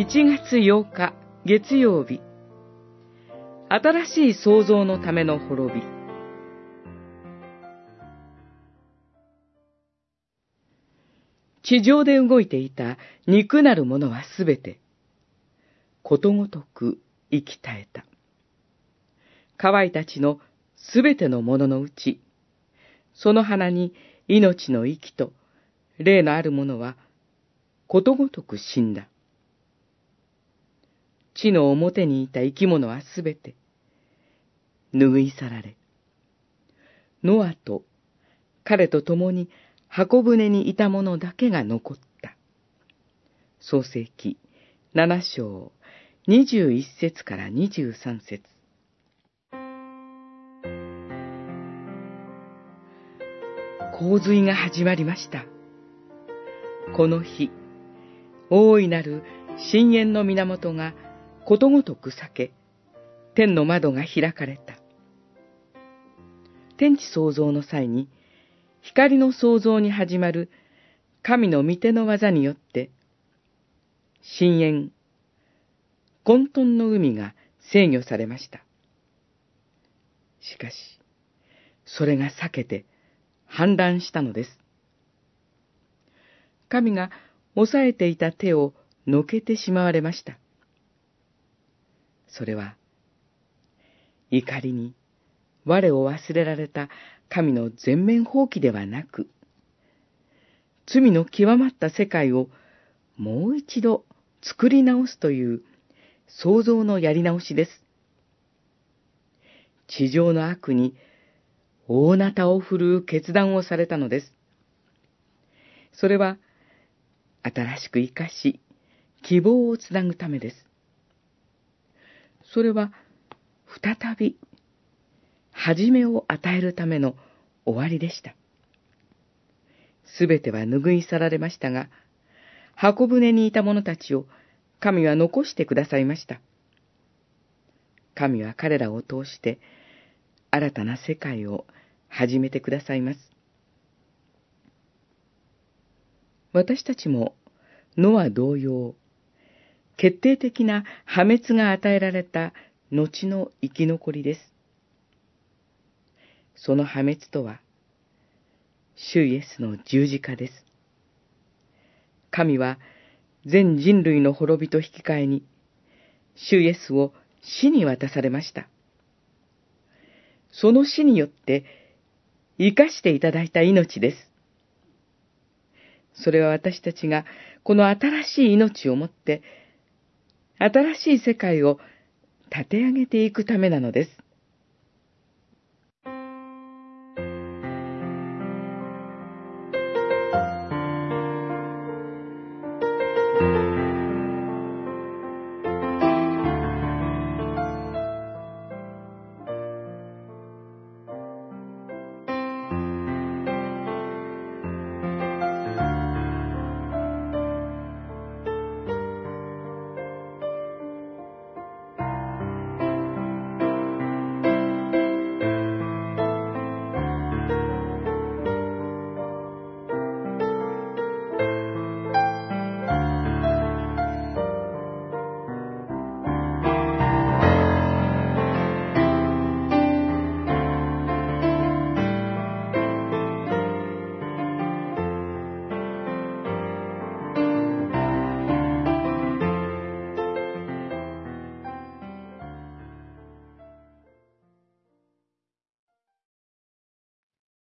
1月8日月曜日、新しい創造のための滅び。地上で動いていた肉なるものはすべてことごとく息絶えた。乾いた地のすべてのもののうち、その花に命の息と霊のあるものはことごとく死んだ。地の表にいた生き物はすべて拭い去られ、ノアと彼と共に箱舟にいたものだけが残った。創世記7章21節から23節。洪水が始まりました。この日、大いなる深淵の源がことごとく裂け、天の窓が開かれた。天地創造の際に、光の創造に始まる神の御手の技によって、深淵、混沌の海が制御されました。しかし、それが裂けて氾濫したのです。神が押さえていた手をのけてしまわれました。それは、怒りに我を忘れられた神の全面放棄ではなく、罪の極まった世界をもう一度作り直すという創造のやり直しです。地上の悪に大なたを振るう決断をされたのです。それは、新しく生かし、希望をつなぐためです。それは、再び、始めを与えるための終わりでした。すべては拭い去られましたが、箱舟にいた者たちを神は残してくださいました。神は彼らを通して、新たな世界を始めてくださいます。私たちも、ノア同様、決定的な破滅が与えられた後の生き残りです。その破滅とは、主イエスの十字架です。神は全人類の滅びと引き換えに、主イエスを死に渡されました。その死によって生かしていただいた命です。それは私たちがこの新しい命をもって、新しい世界を立て上げていくためなのです。